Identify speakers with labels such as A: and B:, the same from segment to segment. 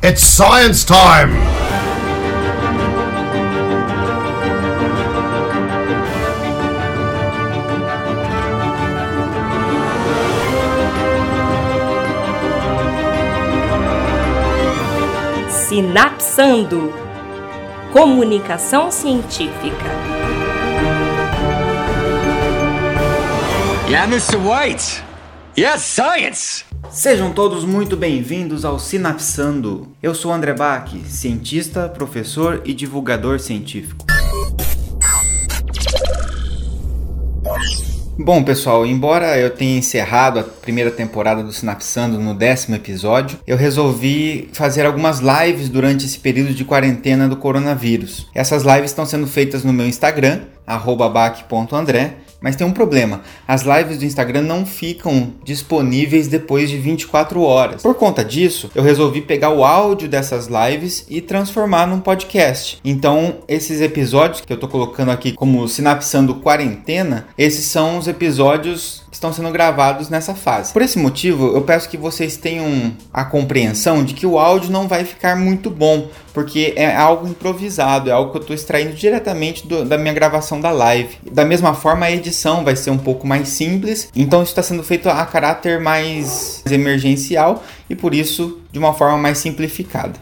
A: It's science time!
B: Sinapsando. Comunicação científica.
C: Yeah, Mr. White! Yes, science!
D: Sejam todos muito bem-vindos ao Sinapsando. Eu sou André Bach, cientista, professor e divulgador científico. Bom, pessoal, embora eu tenha encerrado a primeira temporada do Sinapsando no 10º episódio, eu resolvi fazer algumas lives durante esse período de quarentena do coronavírus. Essas lives estão sendo feitas no meu Instagram, @bach.andré, mas tem um problema, as lives do Instagram não ficam disponíveis depois de 24 horas. Por conta disso, eu resolvi pegar o áudio dessas lives e transformar num podcast. Então, esses episódios que eu tô colocando aqui como Sinapsando Quarentena, esses são os episódios que estão sendo gravados nessa fase. Por esse motivo, eu peço que vocês tenham a compreensão de que o áudio não vai ficar muito bom, porque é algo improvisado, é algo que eu estou extraindo diretamente da minha gravação da live. Da mesma forma, a edição vai ser um pouco mais simples, então isso está sendo feito a caráter mais emergencial e por isso de uma forma mais simplificada.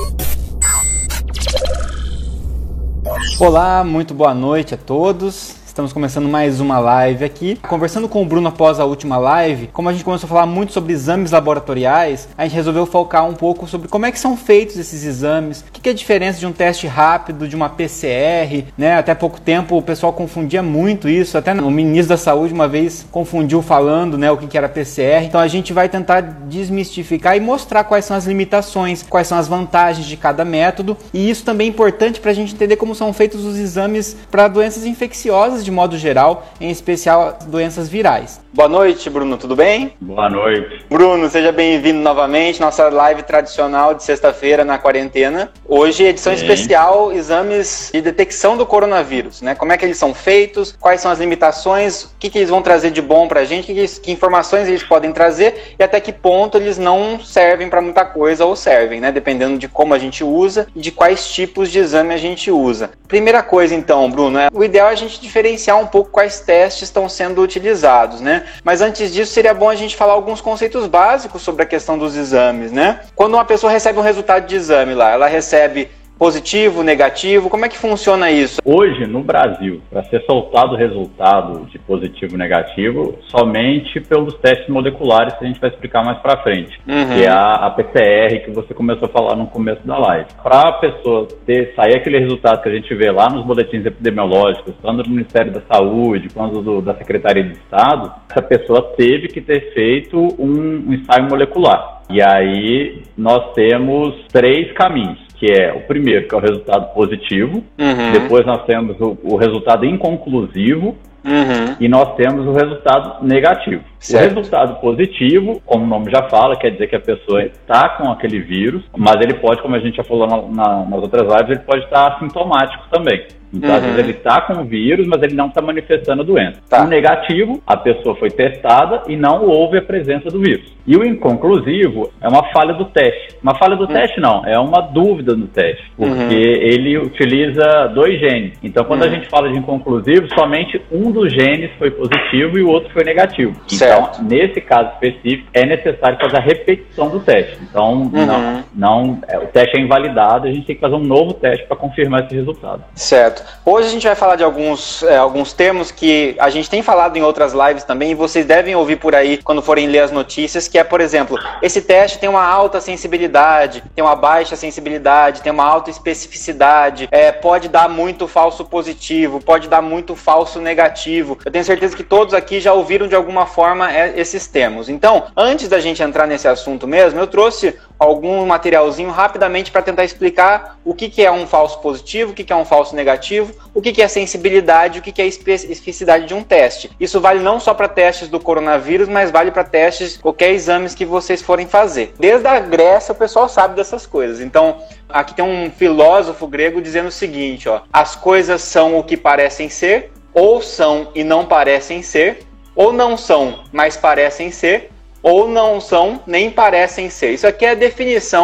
D: Olá, muito boa noite a todos. Estamos começando mais uma live aqui. Conversando com o Bruno após a última live, como a gente começou a falar muito sobre exames laboratoriais, a gente resolveu focar um pouco sobre como é que são feitos esses exames, o que é a diferença de um teste rápido, de uma PCR, né? Até pouco tempo o pessoal confundia muito isso, até o ministro da Saúde uma vez confundiu falando, né, o que era PCR. Então a gente vai tentar desmistificar e mostrar quais são as limitações, quais são as vantagens de cada método, e isso também é importante para a gente entender como são feitos os exames para doenças infecciosas de modo geral, em especial doenças virais. Boa noite, Bruno, tudo bem?
E: Boa noite.
D: Bruno, seja bem-vindo novamente, nossa live tradicional de sexta-feira na quarentena. Hoje, edição especial, exames de detecção do coronavírus, né? Como é que eles são feitos, quais são as limitações, o que eles vão trazer de bom pra gente, que informações eles podem trazer e até que ponto eles não servem para muita coisa ou servem, né? Dependendo de como a gente usa e de quais tipos de exame a gente usa. Primeira coisa, então, Bruno, o ideal é a gente diferenciar um pouco quais testes estão sendo utilizados, né? Mas antes disso, seria bom a gente falar alguns conceitos básicos sobre a questão dos exames, né? Quando uma pessoa recebe um resultado de exame lá, ela recebe positivo, negativo, como é que funciona isso?
E: Hoje, no Brasil, para ser soltado o resultado de positivo e negativo, somente pelos testes moleculares, que a gente vai explicar mais para frente, que é a PCR que você começou a falar no começo da live. Para a pessoa sair aquele resultado que a gente vê lá nos boletins epidemiológicos, tanto do Ministério da Saúde quanto da Secretaria de Estado, essa pessoa teve que ter feito um ensaio molecular. E aí nós temos 3 caminhos. Que é o primeiro, que é o resultado positivo, depois nós temos o resultado inconclusivo, e nós temos o resultado negativo. Certo. O resultado positivo, como o nome já fala, quer dizer que a pessoa está com aquele vírus, mas ele pode, como a gente já falou nas outras lives, ele pode estar assintomático também. Então, às vezes ele está com o vírus, mas ele não está manifestando a doença. Tá. O negativo, a pessoa foi testada e não houve a presença do vírus. E o inconclusivo é uma falha do teste. Uma falha do teste não, é uma dúvida no teste, porque ele utiliza 2 genes. Então, quando a gente fala de inconclusivo, somente um dos genes foi positivo e o outro foi negativo. Certo. Então, nesse caso específico, é necessário fazer a repetição do teste. Então, o teste é invalidado, a gente tem que fazer um novo teste para confirmar esse resultado.
D: Certo. Hoje a gente vai falar de alguns termos que a gente tem falado em outras lives também, e vocês devem ouvir por aí quando forem ler as notícias, que é, por exemplo, esse teste tem uma alta sensibilidade, tem uma baixa sensibilidade, tem uma alta especificidade, pode dar muito falso positivo, pode dar muito falso negativo. Eu tenho certeza que todos aqui já ouviram de alguma forma esses termos. Então, antes da gente entrar nesse assunto mesmo, eu trouxe algum materialzinho rapidamente para tentar explicar o que é um falso positivo, o que é um falso negativo, o que é sensibilidade, o que é a especificidade de um teste. Isso vale não só para testes do coronavírus, mas vale para testes, qualquer exames que vocês forem fazer. Desde a Grécia o pessoal sabe dessas coisas. Então, aqui tem um filósofo grego dizendo o seguinte, as coisas são o que parecem ser, ou são e não parecem ser, ou não são, mas parecem ser, ou não são nem parecem ser. Isso aqui é a definição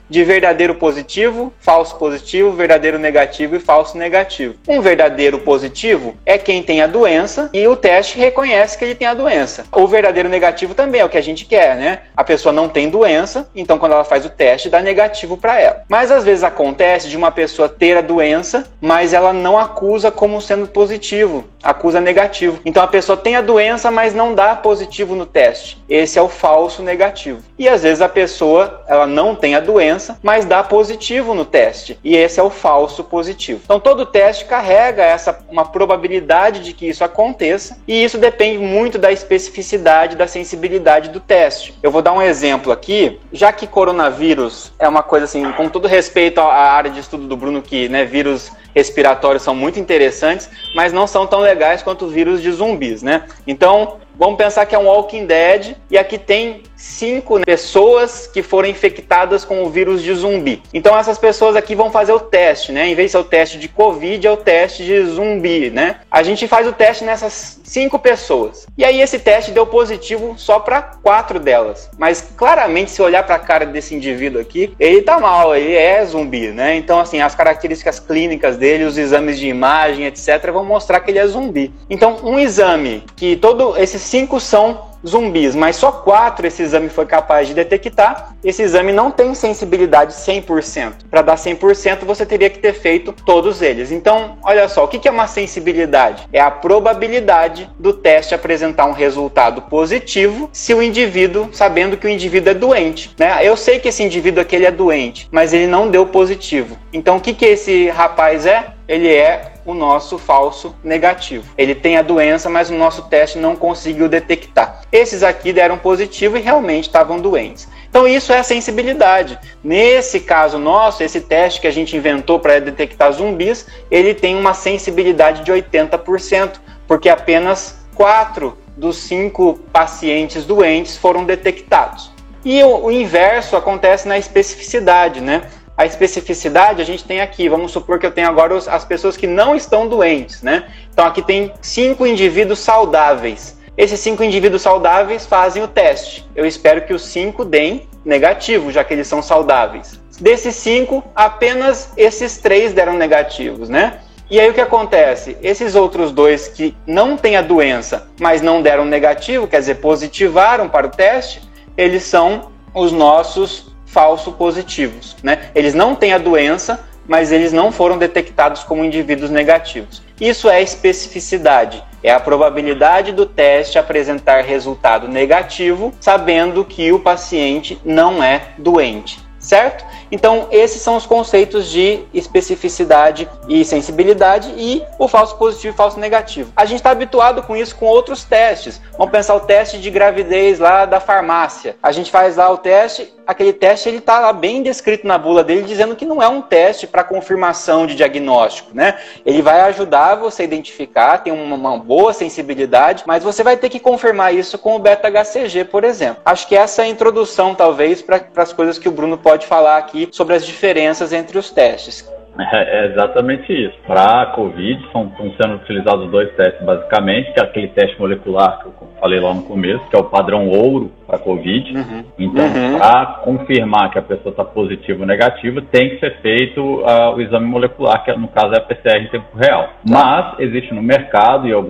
D: de verdadeiro positivo, falso positivo, verdadeiro negativo e falso negativo. Um verdadeiro positivo é quem tem a doença e o teste reconhece que ele tem a doença. O verdadeiro negativo também é o que a gente quer, né? A pessoa não tem doença, então quando ela faz o teste, dá negativo para ela. Mas às vezes acontece de uma pessoa ter a doença, mas ela não acusa como sendo positivo, acusa negativo. Então a pessoa tem a doença, mas não dá positivo no teste. Esse é o falso negativo. E às vezes a pessoa, ela não tem a doença, mas dá positivo no teste. E esse é o falso positivo. Então todo teste carrega uma probabilidade de que isso aconteça, e isso depende muito da especificidade, da sensibilidade do teste. Eu vou dar um exemplo aqui, já que coronavírus é uma coisa assim, com todo respeito à área de estudo do Bruno, que, né, vírus respiratórios são muito interessantes, mas não são tão legais quanto os vírus de zumbis, né? Então, vamos pensar que é um Walking Dead e aqui tem 5 pessoas que foram infectadas com o vírus de zumbi. Então essas pessoas aqui vão fazer o teste, né? Em vez de ser o teste de Covid, é o teste de zumbi, né? A gente faz o teste nessas 5 pessoas. E aí esse teste deu positivo só para 4 delas. Mas claramente, se olhar para a cara desse indivíduo aqui, ele tá mal, ele é zumbi, né? Então assim, as características clínicas dele, os exames de imagem, etc, vão mostrar que ele é zumbi. Então um exame que esses 5 são zumbis, mas só 4 esse exame foi capaz de detectar, esse exame não tem sensibilidade 100%. Para dar 100%, você teria que ter feito todos eles. Então, olha só, o que é uma sensibilidade? É a probabilidade do teste apresentar um resultado positivo se o indivíduo, sabendo que o indivíduo é doente, né? Eu sei que esse indivíduo aqui ele é doente, mas ele não deu positivo. Então, o que esse rapaz é? Ele é o nosso falso negativo. Ele tem a doença, mas o nosso teste não conseguiu detectar. Esses aqui deram positivo e realmente estavam doentes. Então isso é a sensibilidade. Nesse caso nosso, esse teste que a gente inventou para detectar zumbis, ele tem uma sensibilidade de 80%, porque apenas 4 dos 5 pacientes doentes foram detectados. E o inverso acontece na especificidade, né? A especificidade a gente tem aqui, vamos supor que eu tenho agora as pessoas que não estão doentes, né? Então aqui tem 5 indivíduos saudáveis. Esses 5 indivíduos saudáveis fazem o teste. Eu espero que os 5 deem negativo, já que eles são saudáveis. Desses 5, apenas esses 3 deram negativos, né? E aí o que acontece? Esses outros 2 que não têm a doença, mas não deram negativo, quer dizer, positivaram para o teste, eles são os nossos falso positivos, né? Eles não têm a doença, mas eles não foram detectados como indivíduos negativos. Isso é especificidade, é a probabilidade do teste apresentar resultado negativo, sabendo que o paciente não é doente, certo? Então, esses são os conceitos de especificidade e sensibilidade e o falso positivo e falso negativo. A gente está habituado com isso com outros testes. Vamos pensar o teste de gravidez lá da farmácia. A gente faz lá o teste, aquele teste ele está lá bem descrito na bula dele, dizendo que não é um teste para confirmação de diagnóstico, né? Ele vai ajudar você a identificar, tem uma boa sensibilidade, mas você vai ter que confirmar isso com o beta-HCG, por exemplo. Acho que essa é a introdução, talvez, para as coisas que o Bruno pode falar aqui sobre as diferenças entre os testes.
E: É exatamente isso. Para a Covid, estão sendo utilizados 2 testes, basicamente, que é aquele teste molecular que eu falei lá no começo, que é o padrão ouro para a Covid. Então, para confirmar que a pessoa está positiva ou negativa, tem que ser feito o exame molecular, que no caso é a PCR em tempo real. Mas existe no mercado e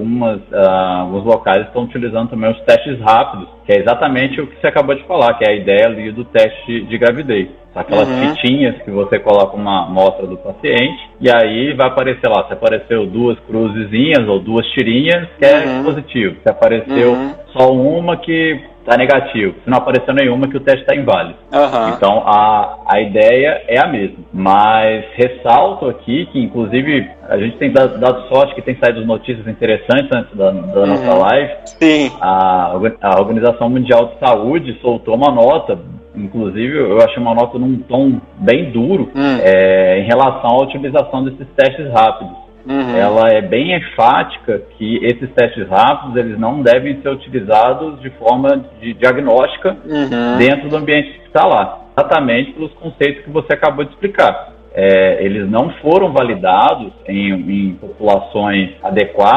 E: alguns locais estão utilizando também os testes rápidos, que é exatamente o que você acabou de falar, que é a ideia ali do teste de gravidez. Aquelas fitinhas que você coloca uma amostra do paciente e aí vai aparecer lá, se apareceu 2 cruzezinhas ou 2 tirinhas, que é positivo. Se apareceu só uma, que está negativo. Se não apareceu nenhuma, que o teste está inválido. Então a ideia é a mesma. Mas ressalto aqui que, inclusive, a gente tem dado sorte que tem saído notícias interessantes antes da nossa live.
D: Sim.
E: A Organização Mundial de Saúde soltou uma nota. Inclusive, eu achei uma nota num tom bem duro em relação à utilização desses testes rápidos. Ela é bem enfática que esses testes rápidos eles não devem ser utilizados de forma diagnóstica dentro do ambiente hospitalar, exatamente pelos conceitos que você acabou de explicar. Eles não foram validados em populações adequadas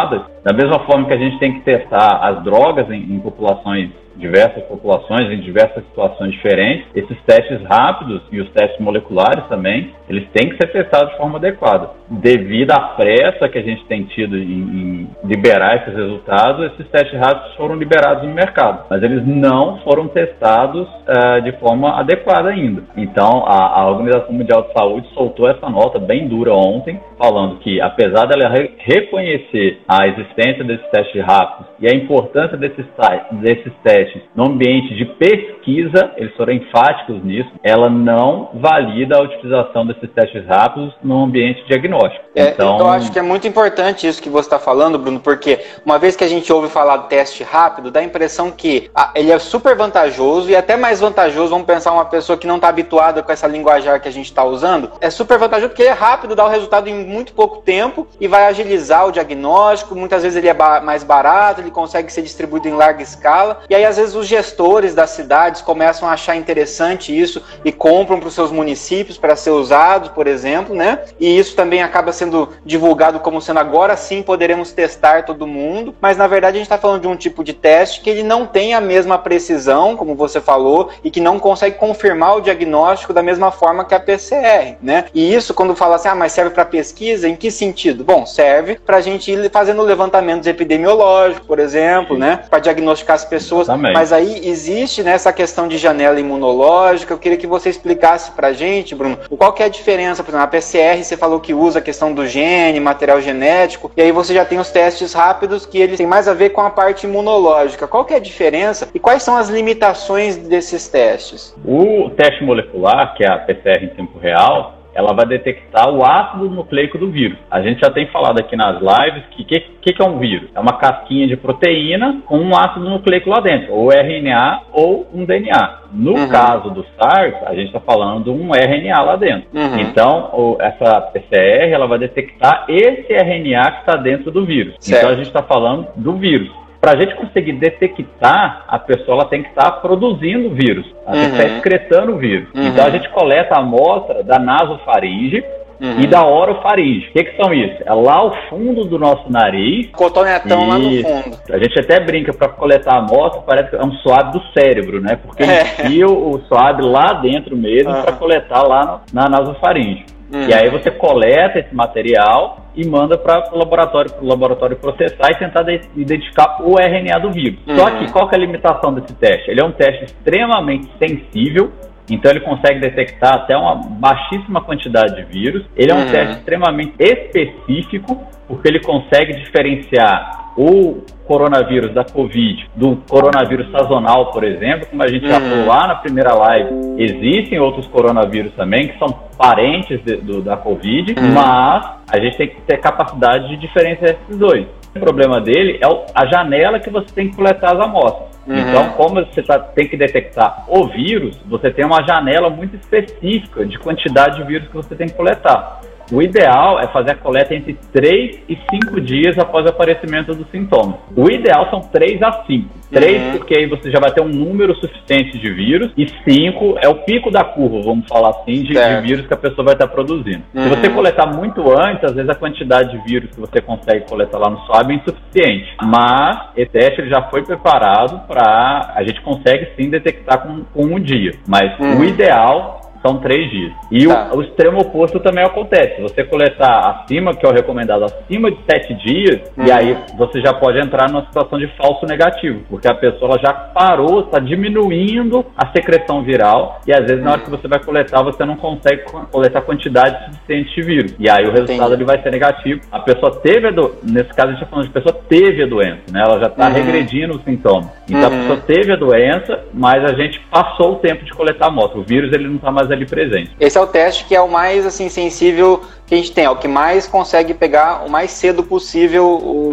E: Da mesma forma que a gente tem que testar as drogas em populações, diversas populações, em diversas situações diferentes, esses testes rápidos e os testes moleculares também, eles têm que ser testados de forma adequada. Devido à pressa que a gente tem tido em liberar esses resultados, esses testes rápidos foram liberados no mercado, mas eles não foram testados de forma adequada ainda. Então, a Organização Mundial de Saúde soltou essa nota bem dura ontem, falando que, apesar dela reconhecer a existência desses testes rápidos e a importância desses testes no ambiente de pesquisa, eles foram enfáticos nisso, ela não valida a utilização desses testes rápidos no ambiente diagnóstico. Então,
A: eu acho que é muito importante isso que você está falando, Bruno, porque uma vez que a gente ouve falar do teste rápido, dá a impressão que ele é super vantajoso e até mais vantajoso, vamos pensar uma pessoa que não está habituada com essa linguajar que a gente está usando, é super vantajoso porque ele é rápido, dá o resultado em muito pouco tempo e vai agilizar o diagnóstico, muitas vezes ele é mais barato, ele consegue ser distribuído em larga escala, e aí às vezes os gestores das cidades começam a achar interessante isso e compram para os seus municípios para ser usado, por exemplo, né? E isso também acaba sendo divulgado como sendo agora sim poderemos testar todo mundo, mas na verdade a gente está falando de um tipo de teste que ele não tem a mesma precisão, como você falou, e que não consegue confirmar o diagnóstico da mesma forma que a PCR, né? E isso quando fala assim, mas serve para pesquisa, em que sentido? Bom, serve para a gente ir fazendo levantamentos epidemiológicos, por exemplo, né? Para diagnosticar as pessoas.
E: Também.
A: Mas aí existe, né, essa questão de janela imunológica. Eu queria que você explicasse pra gente, Bruno, qual que é a diferença. Por exemplo, a PCR, você falou que usa a questão do gene, material genético, e aí você já tem os testes rápidos que eles têm mais a ver com a parte imunológica. Qual que é a diferença e quais são as limitações desses testes?
E: O teste molecular, que é a PCR em tempo real, ela vai detectar o ácido nucleico do vírus. A gente já tem falado aqui nas lives que é um vírus? É uma casquinha de proteína com um ácido nucleico lá dentro, ou RNA ou um DNA. No caso do SARS, a gente está falando de um RNA lá dentro. Então, essa PCR ela vai detectar esse RNA que está dentro do vírus.
A: Certo.
E: Então, a gente está falando do vírus. Para a gente conseguir detectar, a pessoa ela tem que estar produzindo o vírus, ela tem que estar excretando o vírus. Então a gente coleta a amostra da nasofaringe e da orofaringe. O que são isso? É lá ao fundo do nosso nariz.
A: Cotonetão lá no fundo.
E: A gente até brinca, para coletar a amostra, parece que é um swab do cérebro, né? Porque enfia o swab lá dentro mesmo para coletar lá na nasofaringe. E aí você coleta esse material e manda para o laboratório processar e tentar identificar o RNA do vírus. Só que qual que é a limitação desse teste? Ele é um teste extremamente sensível, então ele consegue detectar até uma baixíssima quantidade de vírus. Ele é um teste extremamente específico, porque ele consegue diferenciar o coronavírus da Covid do coronavírus sazonal, por exemplo, como a gente já falou lá na primeira live. Existem outros coronavírus também que são parentes da Covid, mas a gente tem que ter capacidade de diferenciar esses dois. O problema dele é a janela que você tem que coletar as amostras. Então, como você tem que detectar o vírus, você tem uma janela muito específica de quantidade de vírus que você tem que coletar. O ideal é fazer a coleta entre 3 e 5 dias após o aparecimento dos sintomas. O ideal são 3 a 5. 3 porque aí você já vai ter um número suficiente de vírus, e 5 é o pico da curva, vamos falar assim, de vírus que a pessoa vai estar produzindo. Se você coletar muito antes, às vezes a quantidade de vírus que você consegue coletar lá no swab é insuficiente. Mas esse teste ele já foi preparado para... A gente consegue sim detectar com um dia. Mas o ideal são 3 dias. E o extremo oposto também acontece. Se você coletar acima, que é o recomendado, acima de 7 dias, e aí você já pode entrar numa situação de falso negativo, porque a pessoa ela já parou, está diminuindo a secreção viral, e às vezes na hora que você vai coletar, você não consegue coletar quantidade suficiente de vírus. E aí o resultado ele vai ser negativo. A pessoa teve nesse caso a gente está falando de pessoa teve a doença, né? Ela já está regredindo os sintomas. Então a pessoa teve a doença, mas a gente passou o tempo de coletar a amostra. O vírus ele não está mais ali presente.
A: Esse é o teste que é o mais assim sensível que a gente tem, é o que mais consegue pegar o mais cedo possível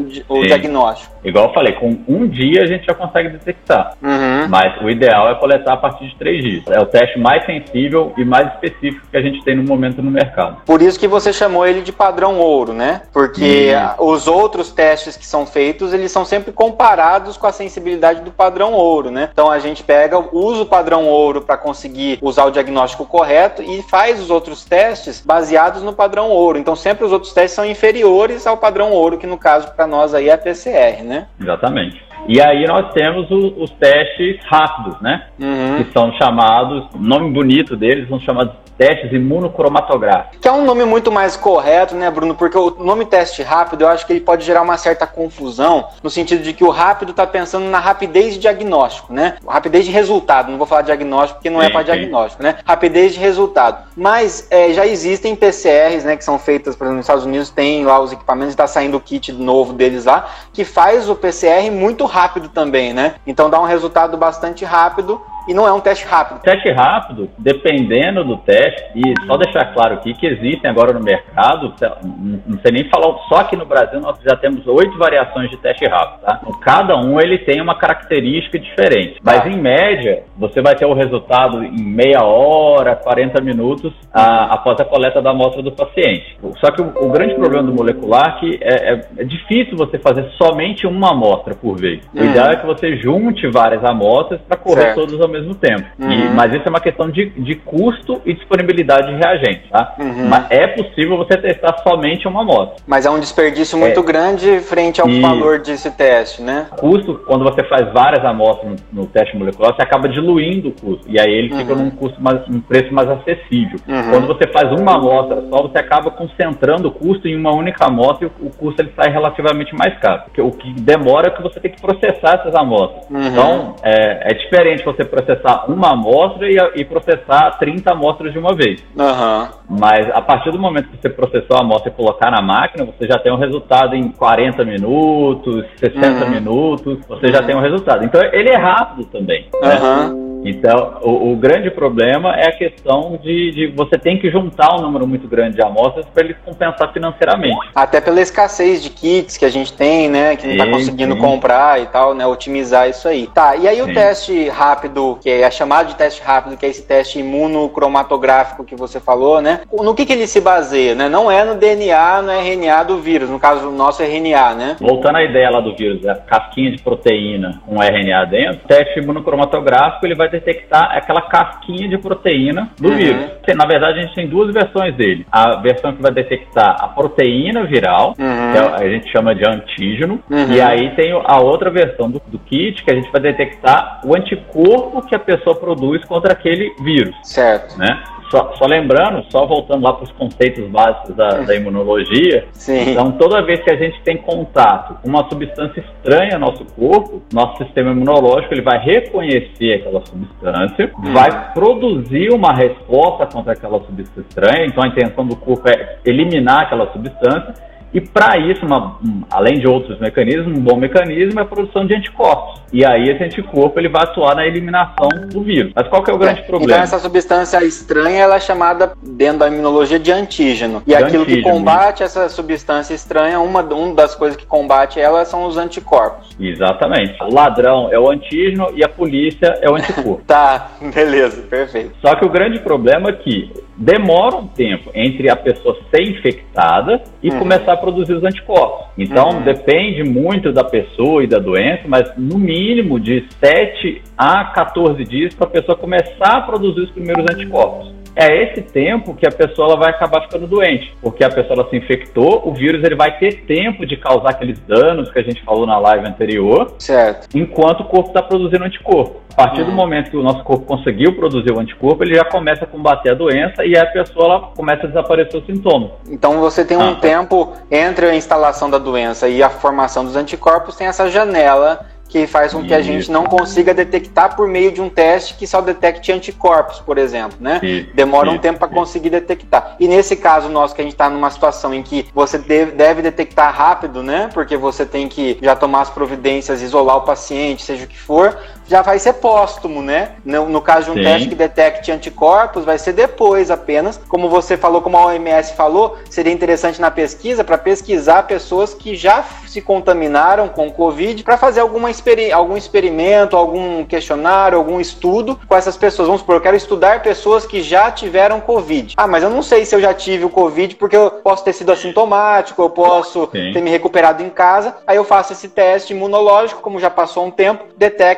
A: o diagnóstico.
E: Igual eu falei, com um dia a gente já consegue detectar. Mas o ideal é coletar a partir de 3 dias. É o teste mais sensível e mais específico que a gente tem no momento no mercado.
A: Por isso que você chamou ele de padrão ouro, né? Porque os outros testes que são feitos, eles são sempre comparados com a sensibilidade do padrão ouro, né? Então a gente usa o padrão ouro para conseguir usar o diagnóstico correto e faz os outros testes baseados no padrão padrão ouro. Então sempre os outros testes são inferiores ao padrão ouro, que no caso para nós aí é a PCR, né?
E: Exatamente. E aí nós temos os testes rápidos, né? Que são chamados, o nome bonito deles, são chamados testes imunocromatográficos.
A: Que é um nome muito mais correto, né, Bruno? Porque o nome teste rápido, eu acho que ele pode gerar uma certa confusão, no sentido de que o rápido está pensando na rapidez de diagnóstico, né? Rapidez de resultado, não vou falar diagnóstico porque não é para diagnóstico, né? Rapidez de resultado. Mas já existem PCRs, né, que são feitas, por exemplo, nos Estados Unidos, tem lá os equipamentos, está saindo o kit novo deles lá, que faz o PCR muito rápido também, né? Então dá um resultado bastante rápido. E não é um teste rápido.
E: Teste rápido, dependendo do teste, e só deixar claro aqui que existem agora no mercado, não sei nem falar, só aqui no Brasil nós já temos 8 variações de teste rápido, tá? Cada um ele tem uma característica diferente, mas em média você vai ter o resultado em meia hora, 40 minutos após a coleta da amostra do paciente. Só que o grande problema do molecular é que é difícil você fazer somente uma amostra por vez. O ideal é que você junte várias amostras para correr todas ao mesmo tempo. Mas isso é uma questão de custo e disponibilidade de reagente, tá? Mas é possível você testar somente uma amostra.
A: Mas é um desperdício muito grande frente ao valor desse teste, né?
E: Custo, quando você faz várias amostras no teste molecular, você acaba diluindo o custo. E aí ele fica num preço mais acessível. Quando você faz uma amostra só, você acaba concentrando o custo em uma única amostra e o custo ele sai relativamente mais caro. Porque o que demora é que você tem que processar essas amostras. Então, é diferente você processar uma amostra e processar 30 amostras de uma vez. Mas a partir do momento que você processou a amostra e colocar na máquina, você já tem um resultado em 40 minutos, 60 minutos, você já tem um resultado. Então ele é rápido também, né? Então, o grande problema é a questão de você tem que juntar um número muito grande de amostras para ele compensar financeiramente.
A: Até pela escassez de kits que a gente tem, né? Que não está conseguindo comprar e tal, né? Otimizar isso aí. Tá, e aí o teste rápido, que é chamado de teste rápido, que é esse teste imunocromatográfico que você falou, né? No que ele se baseia, né? Não é no DNA, no RNA do vírus, no caso do nosso RNA, né?
E: Voltando à ideia lá do vírus, a casquinha de proteína com RNA dentro, o teste imunocromatográfico ele vai detectar aquela casquinha de proteína do vírus. Na verdade, a gente tem duas versões dele. A versão que vai detectar a proteína viral, que a gente chama de antígeno, e aí tem a outra versão do kit, que a gente vai detectar o anticorpo que a pessoa produz contra aquele vírus.
A: Certo.
E: Né? Só lembrando, só voltando lá para os conceitos básicos da imunologia, então toda vez que a gente tem contato com uma substância estranha ao nosso corpo, nosso sistema imunológico ele vai reconhecer aquela substância, vai produzir uma resposta contra aquela substância estranha, então a intenção do corpo é eliminar aquela substância. E para isso, além de outros mecanismos, um bom mecanismo é a produção de anticorpos. E aí esse anticorpo ele vai atuar na eliminação do vírus. Mas qual que é o grande problema?
A: Então essa substância estranha ela é chamada dentro da imunologia de antígeno. E aquilo que combate essa substância estranha, uma das coisas que combate ela são os anticorpos.
E: Exatamente. O ladrão é o antígeno e a polícia é o anticorpo.
A: Tá, beleza, perfeito.
E: Só que o grande problema é que demora um tempo entre a pessoa ser infectada e começar a produzir os anticorpos. Então, depende muito da pessoa e da doença, mas no mínimo de 7 a 14 dias para a pessoa começar a produzir os primeiros anticorpos. É esse tempo que a pessoa ela vai acabar ficando doente, porque a pessoa ela se infectou, o vírus ele vai ter tempo de causar aqueles danos que a gente falou na live anterior,
A: certo,
E: enquanto o corpo está produzindo anticorpo. A partir do momento que o nosso corpo conseguiu produzir o anticorpo, ele já começa a combater a doença e a pessoa ela começa a desaparecer os sintomas.
A: Então você tem um tempo entre a instalação da doença e a formação dos anticorpos, tem essa janela que faz com que a gente não consiga detectar por meio de um teste que só detecte anticorpos, por exemplo, né? Demora um tempo para conseguir detectar. E nesse caso nosso, que a gente está numa situação em que você deve detectar rápido, né? Porque você tem que já tomar as providências, isolar o paciente, seja o que for, já vai ser póstumo, né? No caso de um teste que detecte anticorpos, vai ser depois apenas. Como você falou, como a OMS falou, seria interessante na pesquisa, para pesquisar pessoas que já se contaminaram com o Covid, para fazer algum experimento, algum questionário, algum estudo com essas pessoas. Vamos supor, eu quero estudar pessoas que já tiveram Covid. Ah, mas eu não sei se eu já tive o Covid, porque eu posso ter sido assintomático, eu posso ter me recuperado em casa. Aí eu faço esse teste imunológico, como já passou um tempo, detecta e o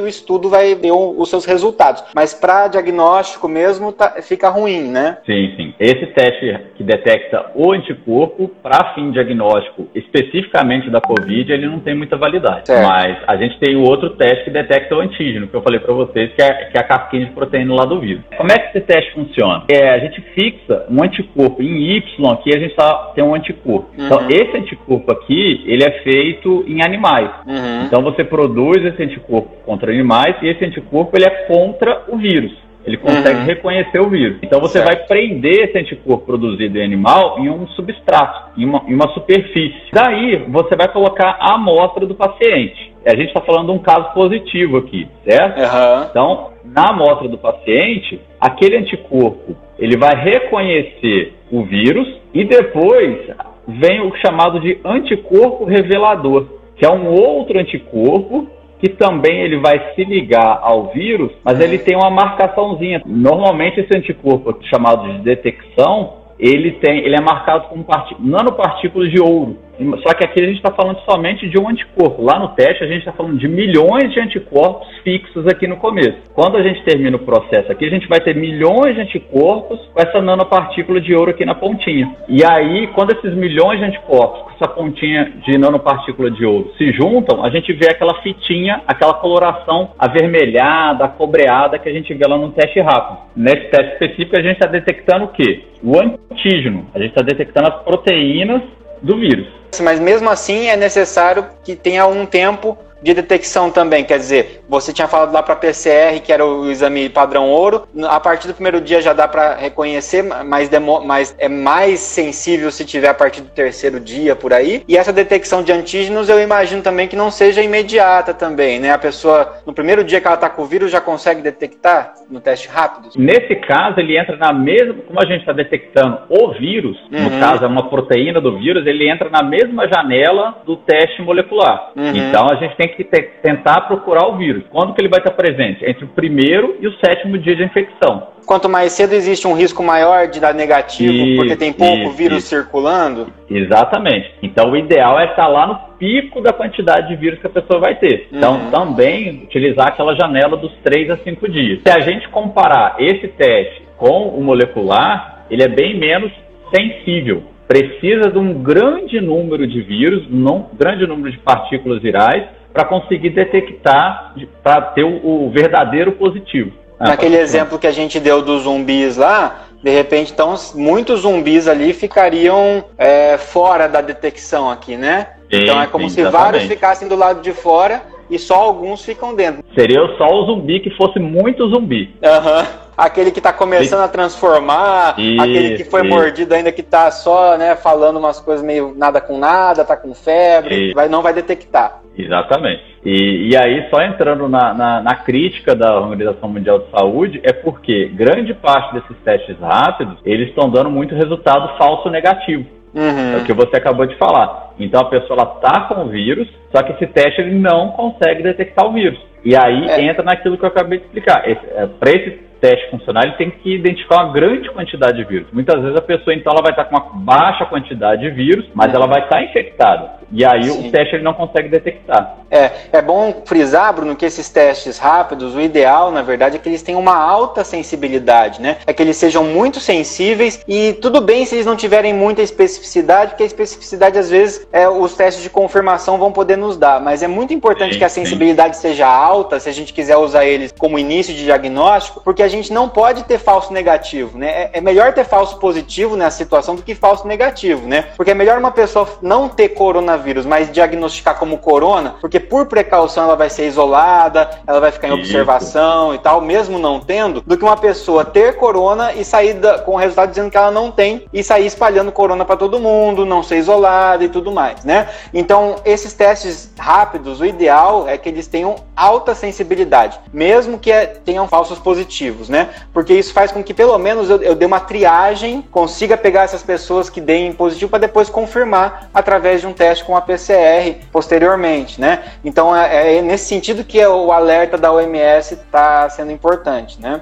A: estudo vai ver os seus resultados. Mas para diagnóstico mesmo, fica ruim, né?
E: Sim, sim. Esse teste que detecta o anticorpo, para fim diagnóstico especificamente da Covid, ele não tem muita validade. Certo. Mas a gente tem o outro teste que detecta o antígeno, que eu falei para vocês, que é a casquinha de proteína lá do vírus. Como é que esse teste funciona? A gente fixa um anticorpo em Y, aqui a gente tem um anticorpo. Então, esse anticorpo aqui, ele é feito em animais. Então, você produz esse anticorpo contra animais e esse anticorpo, ele é contra o vírus. Ele consegue reconhecer o vírus. Então, você vai prender esse anticorpo produzido em animal em um substrato, em uma superfície. Daí, você vai colocar a amostra do paciente. A gente está falando de um caso positivo aqui, certo? Então, na amostra do paciente, aquele anticorpo, ele vai reconhecer o vírus e depois vem o chamado de anticorpo revelador, que é um outro anticorpo que também ele vai se ligar ao vírus, mas ele tem uma marcaçãozinha. Normalmente esse anticorpo chamado de detecção, ele é marcado com nanopartículas de ouro. Só que aqui a gente está falando somente de um anticorpo. Lá no teste a gente está falando de milhões de anticorpos fixos aqui no começo. Quando a gente termina o processo aqui, a gente vai ter milhões de anticorpos com essa nanopartícula de ouro aqui na pontinha. E aí, quando esses milhões de anticorpos com essa pontinha de nanopartícula de ouro se juntam, a gente vê aquela fitinha, aquela coloração avermelhada, acobreada que a gente vê lá no teste rápido. Nesse teste específico a gente está detectando o quê? O antígeno. A gente está detectando as proteínas do vírus.
A: Mas mesmo assim é necessário que tenha um tempo de detecção também, quer dizer, você tinha falado lá para PCR, que era o exame padrão ouro, a partir do primeiro dia já dá para reconhecer, mas é mais sensível se tiver a partir do terceiro dia, por aí, e essa detecção de antígenos eu imagino também que não seja imediata também, né? A pessoa, no primeiro dia que ela está com o vírus, já consegue detectar no teste rápido?
E: Nesse caso, ele entra na mesma, como a gente está detectando o vírus, no caso é uma proteína do vírus, ele entra na mesma janela do teste molecular. Então a gente tem que tentar procurar o vírus. Quando que ele vai estar presente? Entre o primeiro e o 7º dia de infecção.
A: Quanto mais cedo existe um risco maior de dar negativo, porque tem pouco vírus circulando?
E: Exatamente. Então o ideal é estar lá no pico da quantidade de vírus que a pessoa vai ter. Então também utilizar aquela janela dos 3 a 5 dias. Se a gente comparar esse teste com o molecular, ele é bem menos sensível. Precisa de um grande número de vírus, um grande número de partículas virais, para conseguir detectar, para ter o verdadeiro positivo.
A: Naquele exemplo que a gente deu dos zumbis lá, de repente, então, muitos zumbis ali ficariam fora da detecção aqui, né? Então é como se vários ficassem do lado de fora e só alguns ficam dentro.
E: Seria só o zumbi que fosse muito zumbi.
A: Aquele que está começando a transformar, aquele que foi mordido ainda, que está só, né, falando umas coisas meio nada com nada, está com febre, não vai detectar.
E: Exatamente. E aí, só entrando na crítica da Organização Mundial de Saúde, é porque grande parte desses testes rápidos, eles estão dando muito resultado falso negativo. É o que você acabou de falar. Então a pessoa está com o vírus, só que esse teste ele não consegue detectar o vírus. E aí entra naquilo que eu acabei de explicar. Para esse teste funcionar, ele tem que identificar uma grande quantidade de vírus. Muitas vezes a pessoa, então, ela vai estar com uma baixa quantidade de vírus, mas ela vai estar infectada. E aí o teste ele não consegue detectar.
A: É bom frisar, Bruno, que esses testes rápidos, o ideal, na verdade, é que eles tenham uma alta sensibilidade, né? É que eles sejam muito sensíveis e tudo bem se eles não tiverem muita especificidade, porque a especificidade, às vezes, os testes de confirmação vão poder nos dar, mas é muito importante que a sensibilidade seja alta, se a gente quiser usar eles como início de diagnóstico, porque a gente não pode ter falso negativo, né? É melhor ter falso positivo nessa situação do que falso negativo, né? Porque é melhor uma pessoa não ter coronavírus, mas diagnosticar como corona, porque por precaução ela vai ser isolada, ela vai ficar em observação e tal, mesmo não tendo, do que uma pessoa ter corona e sair com o resultado dizendo que ela não tem e sair espalhando corona para todo mundo, não ser isolada e tudo mais, né? Então, esses testes rápidos, o ideal é que eles tenham alta sensibilidade, mesmo que tenham falsos positivos, né? Porque isso faz com que pelo menos eu dê uma triagem, consiga pegar essas pessoas que deem positivo para depois confirmar através de um teste com a PCR posteriormente, né? Então é nesse sentido que o alerta da OMS está sendo importante, né?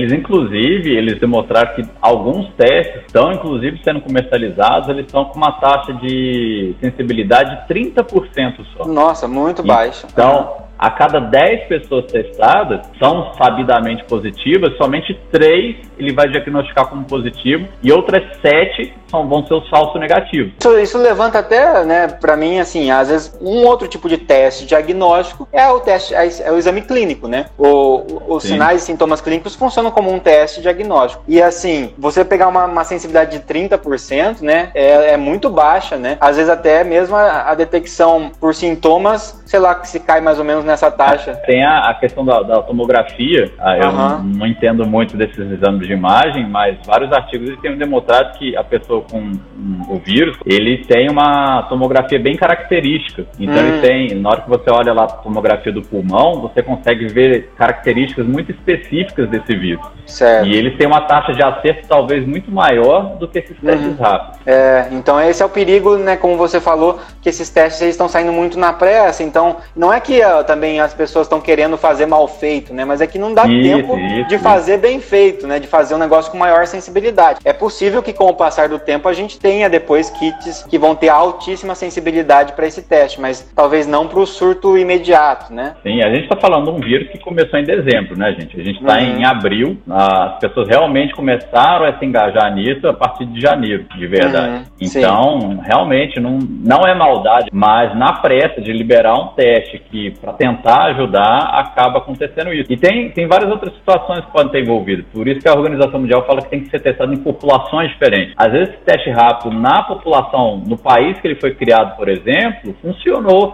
E: Eles demonstraram que alguns testes estão inclusive sendo comercializados, eles estão com uma taxa de sensibilidade de 30% só.
A: Nossa, muito baixa.
E: Então, a cada 10 pessoas testadas são sabidamente positivas, somente 3 ele vai diagnosticar como positivo e outras 7 vão ser os falsos negativos.
A: Isso levanta até, né, para mim, assim, às vezes um outro tipo de teste diagnóstico é o exame clínico, né? Os sinais e sintomas clínicos funcionam como um teste diagnóstico. E assim, você pegar uma sensibilidade de 30%, né, é muito baixa, né? Às vezes até mesmo a detecção por sintomas, sei lá, que se cai mais ou menos nessa taxa.
E: Tem a questão da tomografia, eu não entendo muito desses exames de imagem, mas vários artigos têm demonstrado que a pessoa com o vírus, ele tem uma tomografia bem característica. Então ele tem, na hora que você olha lá a tomografia do pulmão, você consegue ver características muito específicas desse vírus.
A: Certo.
E: E eles têm uma taxa de acerto talvez muito maior do que esses testes rápidos.
A: Então esse é o perigo, né, como você falou, que esses testes eles estão saindo muito na pressa, então não é que também as pessoas estão querendo fazer mal feito, né, mas é que não dá tempo de fazer bem feito, né, de fazer um negócio com maior sensibilidade. É possível que com o passar do tempo a gente tenha depois kits que vão ter altíssima sensibilidade para esse teste, mas talvez não para o surto imediato, né?
E: Sim, a gente está falando de um vírus que começou em dezembro, né, gente? A gente está em abril, as pessoas realmente começaram a se engajar nisso a partir de janeiro, de verdade. Então, realmente, não é maldade, mas na pressa de liberar um teste que, para tentar ajudar, acaba acontecendo isso. E tem várias outras situações que podem ter envolvido. Por isso que a Organização Mundial fala que tem que ser testado em populações diferentes. Às vezes, esse teste rápido na população, no país que ele foi criado, por exemplo, funcionou.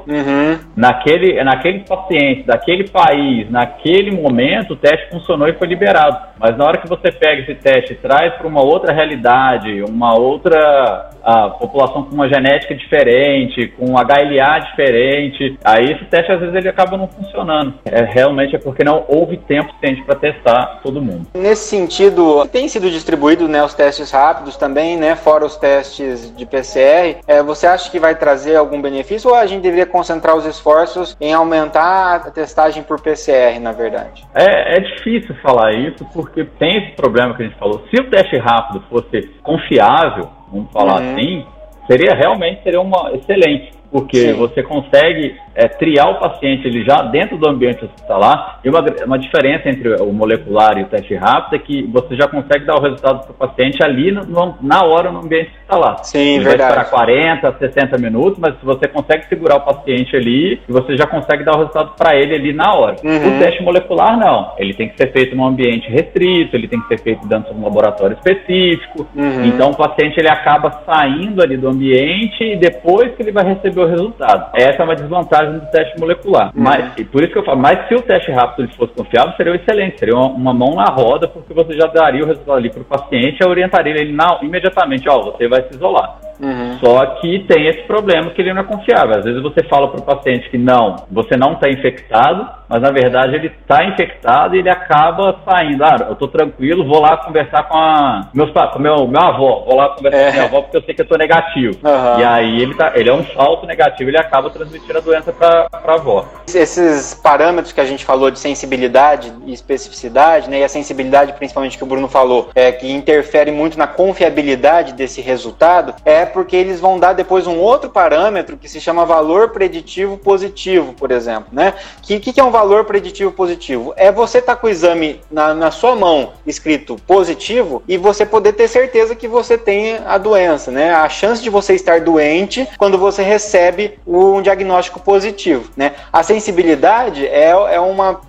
E: Naquele paciente, daquele país, naquele momento, o teste funcionou e foi liberado. Mas na hora que você pega esse teste e traz para uma outra realidade, uma outra população com uma genética diferente, com um HLA diferente, aí esse teste às vezes ele acaba não funcionando. Realmente é porque não houve tempo suficiente para testar todo mundo.
A: Nesse sentido, tem sido distribuído, né, os testes rápidos também, né, fora os testes de PCR. Você acha que vai trazer algum benefício ou a gente deveria concentrar os esforços em aumentar a testagem por PCR, na verdade?
E: É difícil falar isso porque tem esse problema que a gente falou. Se o teste rápido fosse confiável, vamos falar assim, seria excelente, porque você consegue triar o paciente ele já dentro do ambiente hospitalar. E uma diferença entre o molecular e o teste rápido é que você já consegue dar o resultado para o paciente ali na hora no ambiente hospitalar.
A: Sim,
E: ele
A: verdade.
E: vai esperar 40, 60 minutos, mas você consegue segurar o paciente ali e você já consegue dar o resultado para ele ali na hora. O teste molecular não, ele tem que ser feito num ambiente restrito, ele tem que ser feito dentro de um laboratório específico. Então o paciente ele acaba saindo ali do ambiente e depois que ele vai receber o resultado. Essa é uma desvantagem do teste molecular. Mas, e por isso que eu falo, mas se o teste rápido ele fosse confiável, seria excelente, seria uma mão na roda, porque você já daria o resultado ali para o paciente e orientaria ele imediatamente, você vai se isolar. Só que tem esse problema que ele não é confiável. Às vezes você fala para o paciente que você não está infectado, mas na verdade ele está infectado e ele acaba saindo. Eu estou tranquilo, vou lá conversar com meu avó, vou lá conversar com minha avó porque eu sei que eu estou negativo. E aí ele é um falso negativo, ele acaba transmitindo a doença para a avó.
A: Esses parâmetros que a gente falou de sensibilidade e especificidade, né, e a sensibilidade principalmente que o Bruno falou, que interfere muito na confiabilidade desse resultado, porque eles vão dar depois um outro parâmetro que se chama valor preditivo positivo, por exemplo, né? Que é um valor preditivo positivo? É você estar com o exame na sua mão escrito positivo e você poder ter certeza que você tem a doença, né? A chance de você estar doente quando você recebe um diagnóstico positivo, né? A sensibilidade é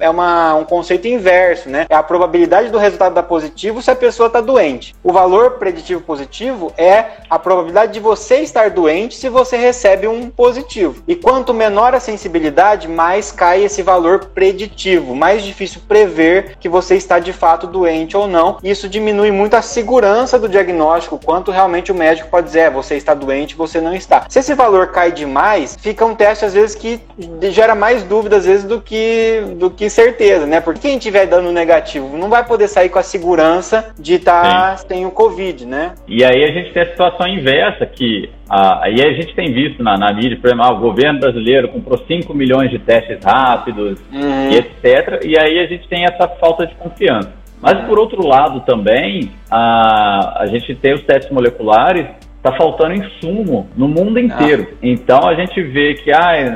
A: um conceito inverso, né? É a probabilidade do resultado dar positivo se a pessoa está doente. O valor preditivo positivo é a probabilidade de você estar doente se você recebe um positivo. E quanto menor a sensibilidade, mais cai esse valor preditivo, mais difícil prever que você está de fato doente ou não. Isso diminui muito a segurança do diagnóstico, quanto realmente o médico pode dizer, você está doente, você não está. Se esse valor cai demais, fica um teste às vezes que gera mais dúvida às vezes do que certeza, né? Porque quem estiver dando negativo não vai poder sair com a segurança de estar sem o Covid, né?
E: E aí a gente tem a situação inversa, que aí a gente tem visto na mídia, por exemplo, o governo brasileiro comprou 5 milhões de testes rápidos, e etc. E aí a gente tem essa falta de confiança. Mas por outro lado também, a gente tem os testes moleculares está faltando insumo no mundo inteiro. Então a gente vê que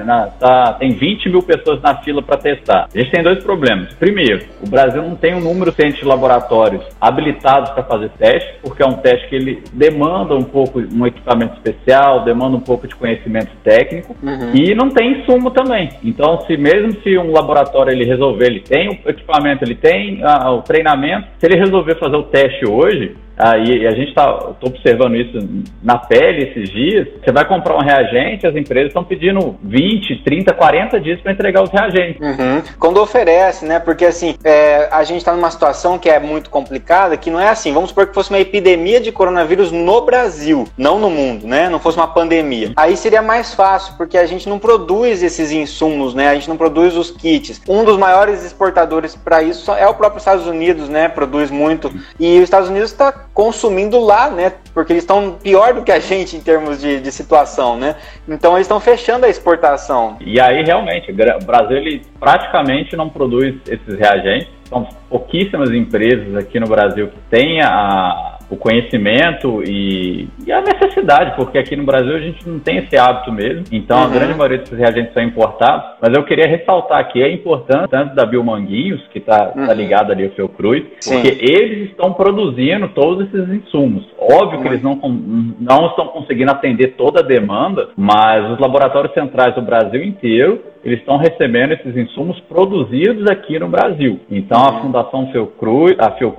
E: tem 20 mil pessoas na fila para testar. A gente tem dois problemas. Primeiro, o Brasil não tem um número suficiente de laboratórios habilitados para fazer teste, porque é um teste que ele demanda um pouco um equipamento especial, demanda um pouco de conhecimento técnico, e não tem insumo também. Então, mesmo se um laboratório ele resolver, ele tem o equipamento, ele tem o treinamento, se ele resolver fazer o teste hoje, e a gente tô observando isso na pele esses dias, você vai comprar um reagente, as empresas estão pedindo 20, 30, 40 dias para entregar os reagentes.
A: Quando oferece, né? Porque assim, a gente está numa situação que é muito complicada, que não é assim, vamos supor que fosse uma epidemia de coronavírus no Brasil, não no mundo, né? Não fosse uma pandemia. Aí seria mais fácil, porque a gente não produz esses insumos, né? A gente não produz os kits. Um dos maiores exportadores para isso é o próprio Estados Unidos, né? Produz muito. E os Estados Unidos está consumindo lá, né? Porque eles estão pior do que a gente em termos de situação, né? Então eles estão fechando a exportação.
E: E aí realmente, o Brasil ele praticamente não produz esses reagentes. São pouquíssimas empresas aqui no Brasil que têm o conhecimento e a necessidade, porque aqui no Brasil a gente não tem esse hábito mesmo, então a grande maioria desses reagentes são importados, mas eu queria ressaltar aqui a importância tanto da Biomanguinhos, que está ligada ali ao Fiocruz, porque eles estão produzindo todos esses insumos. Óbvio que eles não estão conseguindo atender toda a demanda, mas os laboratórios centrais do Brasil inteiro, eles estão recebendo esses insumos produzidos aqui no Brasil. Então a Fundação Fiocruz,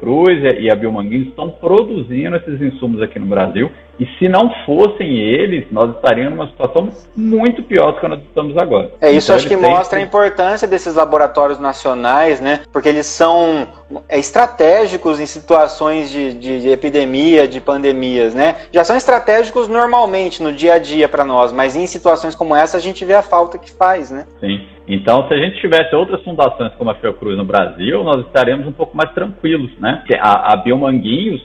E: e a Biomanguinhos estão produzindo esses insumos aqui no Brasil. E se não fossem eles, nós estaríamos numa situação muito pior do que nós estamos agora.
A: Isso então, acho que mostra a importância desses laboratórios nacionais, né? Porque eles são estratégicos em situações de epidemia, de pandemias, né? Já são estratégicos normalmente no dia a dia para nós, mas em situações como essa a gente vê a falta que faz, né?
E: Sim. Então, se a gente tivesse outras fundações como a Fiocruz no Brasil, nós estaríamos um pouco mais tranquilos, né? A Biomanguinhos,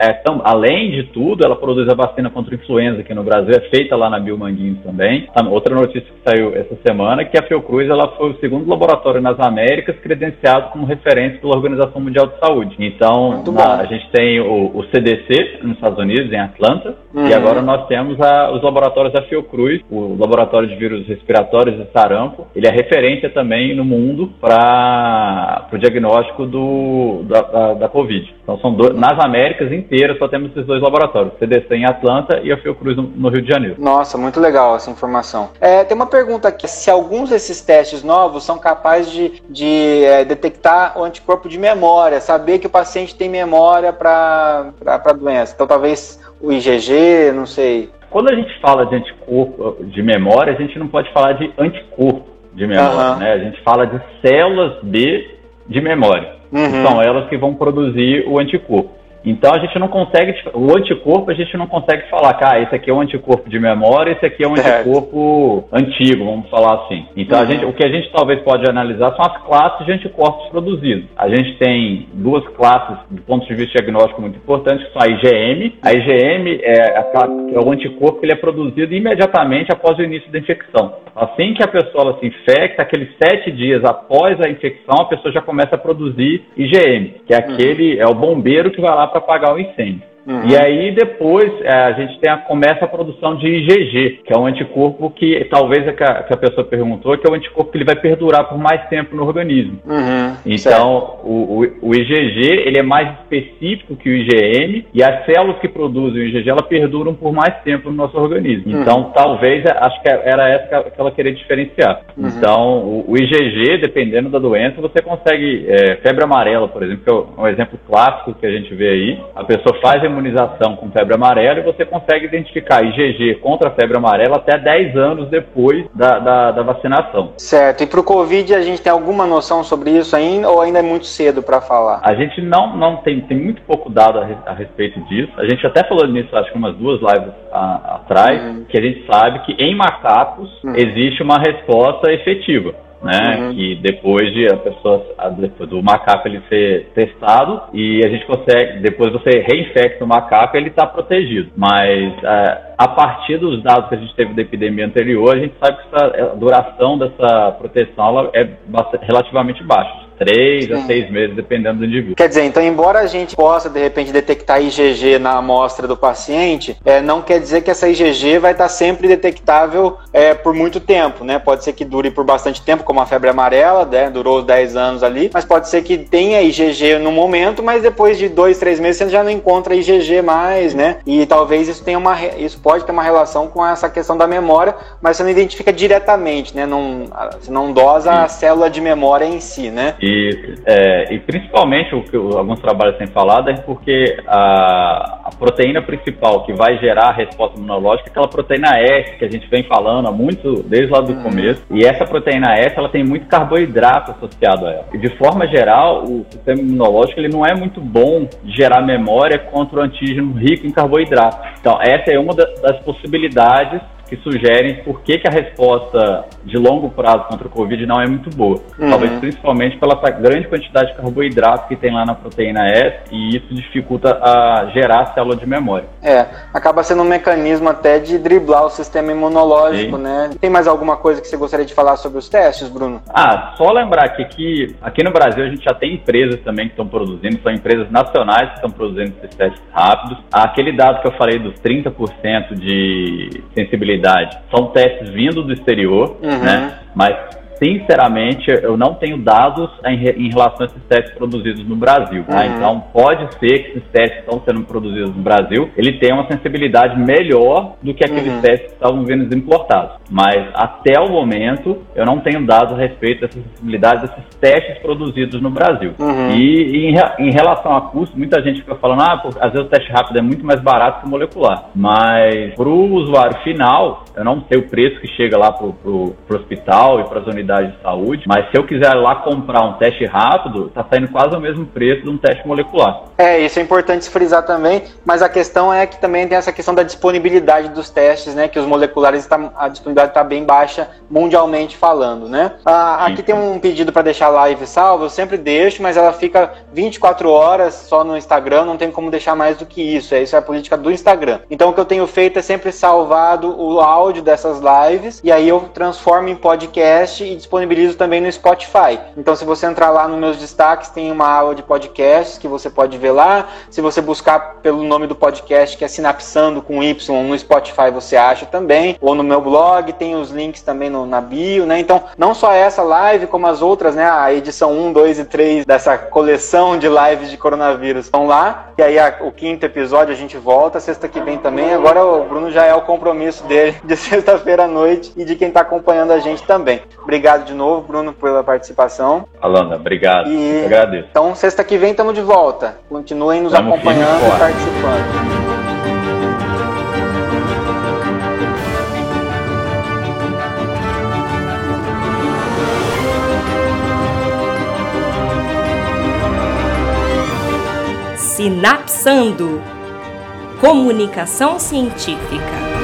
E: além de tudo, ela produz a vacina contra a influenza aqui no Brasil, é feita lá na Biomanguinhos também. Outra notícia que saiu essa semana é que a Fiocruz ela foi o segundo laboratório nas Américas credenciado como referência pela Organização Mundial de Saúde. Então, a gente tem o CDC nos Estados Unidos, em Atlanta, e agora nós temos os laboratórios da Fiocruz, o Laboratório de Vírus Respiratórios e Sarampo. Ele é referência também no mundo para o diagnóstico da Covid. Então, nas Américas inteiras só temos esses dois laboratórios, o CDC em Atlanta e a Fiocruz no Rio de Janeiro.
A: Nossa, muito legal essa informação. Tem uma pergunta aqui, se alguns desses testes novos são capazes de detectar o anticorpo de memória, saber que o paciente tem memória para a doença. Então, talvez o IgG, não sei.
E: Quando a gente fala de anticorpo de memória, a gente não pode falar de anticorpo de memória, né? A gente fala de células de memória. São elas que vão produzir o anticorpo. Então a gente não consegue, o anticorpo a gente não consegue falar que esse aqui é um anticorpo de memória, esse aqui é um anticorpo antigo, vamos falar assim. Então o que a gente talvez pode analisar são as classes de anticorpos produzidos. A gente tem duas classes do ponto de vista diagnóstico muito importantes, que são a IgM. A IgM é o anticorpo que ele é produzido imediatamente após o início da infecção. Assim que a pessoa ela se infecta, aqueles 7 dias após a infecção, a pessoa já começa a produzir IgM, que é o bombeiro que vai lá para apagar o incêndio. E aí depois a gente começa a produção de IgG, que é um anticorpo que talvez que a pessoa perguntou, que é um anticorpo que ele vai perdurar por mais tempo no organismo. Então o IgG ele é mais específico que o IgM, e as células que produzem o IgG ela perduram por mais tempo no nosso organismo. Então talvez, acho que era essa que ela queria diferenciar. Então o IgG, dependendo da doença, você consegue, febre amarela, por exemplo, que é um exemplo clássico que a gente vê aí, a pessoa faz a imunização com febre amarela e você consegue identificar IgG contra a febre amarela até 10 anos depois da vacinação.
A: Certo. E para o Covid a gente tem alguma noção sobre isso ainda ou ainda é muito cedo para falar?
E: A gente não tem muito pouco dado a respeito disso. A gente até falou nisso, acho que umas 2 lives atrás, que a gente sabe que em macacos existe uma resposta efetiva. Né? Que depois do macaco ele ser testado e a gente consegue, depois você reinfecta o macaco, ele está protegido. Mas a partir dos dados que a gente teve da epidemia anterior, a gente sabe que a duração dessa proteção ela é relativamente baixa, 3 a 6 meses, dependendo do indivíduo.
A: Quer dizer, então, embora a gente possa, de repente, detectar IgG na amostra do paciente, não quer dizer que essa IgG vai estar sempre detectável por muito tempo, né? Pode ser que dure por bastante tempo, como a febre amarela, né? Durou 10 anos ali, mas pode ser que tenha IgG no momento, mas depois de 2, 3 meses você já não encontra IgG mais, né? E talvez isso pode ter uma relação com essa questão da memória, mas você não identifica diretamente, né? Você não dosa a célula de memória em si, né?
E: Isso. E principalmente o que alguns trabalhos têm falado é porque a proteína principal que vai gerar a resposta imunológica é aquela proteína S que a gente vem falando há muito, desde lá do começo. E essa proteína S, ela tem muito carboidrato associado a ela. E de forma geral, o sistema imunológico ele não é muito bom de gerar memória contra o antígeno rico em carboidrato. Então, essa é uma das possibilidades que sugerem por que a resposta de longo prazo contra o Covid não é muito boa. Talvez principalmente pela grande quantidade de carboidrato que tem lá na proteína S, e isso dificulta a gerar a célula de memória.
A: Acaba sendo um mecanismo até de driblar o sistema imunológico, né? Tem mais alguma coisa que você gostaria de falar sobre os testes, Bruno?
E: Só lembrar que aqui no Brasil a gente já tem empresas também que estão produzindo, são empresas nacionais que estão produzindo esses testes rápidos. Aquele dado que eu falei dos 30% de sensibilidade são testes vindo do exterior, né? Mas, sinceramente, eu não tenho dados em relação a esses testes produzidos no Brasil. Tá? Então, pode ser que esses testes que estão sendo produzidos no Brasil, ele tenha uma sensibilidade melhor do que aqueles testes que estavam vindo importados. Mas, até o momento, eu não tenho dados a respeito dessa sensibilidade desses testes produzidos no Brasil. E em relação a custo, muita gente fica falando, às vezes o teste rápido é muito mais barato que o molecular. Mas, para o usuário final, eu não sei o preço que chega lá para o hospital e para as unidades de saúde, mas se eu quiser lá comprar um teste rápido, está saindo quase o mesmo preço de um teste molecular.
A: Isso é importante frisar também, mas a questão é que também tem essa questão da disponibilidade dos testes, né, que os moleculares, a disponibilidade está bem baixa mundialmente falando, né. Aqui tem um pedido para deixar a live salva, eu sempre deixo, mas ela fica 24 horas só no Instagram, não tem como deixar mais do que isso, isso é a política do Instagram. Então o que eu tenho feito é sempre salvado o áudio dessas lives, e aí eu transformo em podcast e disponibilizo também no Spotify. Então, se você entrar lá nos meus destaques, tem uma aba de podcasts que você pode ver lá. Se você buscar pelo nome do podcast, que é Sinapsando com Y, no Spotify você acha também. Ou no meu blog, tem os links também na bio, né? Então, não só essa live, como as outras, né? A edição 1, 2 e 3 dessa coleção de lives de coronavírus estão lá. E aí, o 5º episódio a gente volta, sexta que vem também. Agora o Bruno já é o compromisso dele de sexta-feira à noite e de quem está acompanhando a gente também. Obrigado de novo, Bruno, pela participação.
E: Alana, obrigado. Eu agradeço.
A: Então, sexta que vem estamos de volta. Continuem nos acompanhando e participando.
B: Sinapsando. Comunicação científica.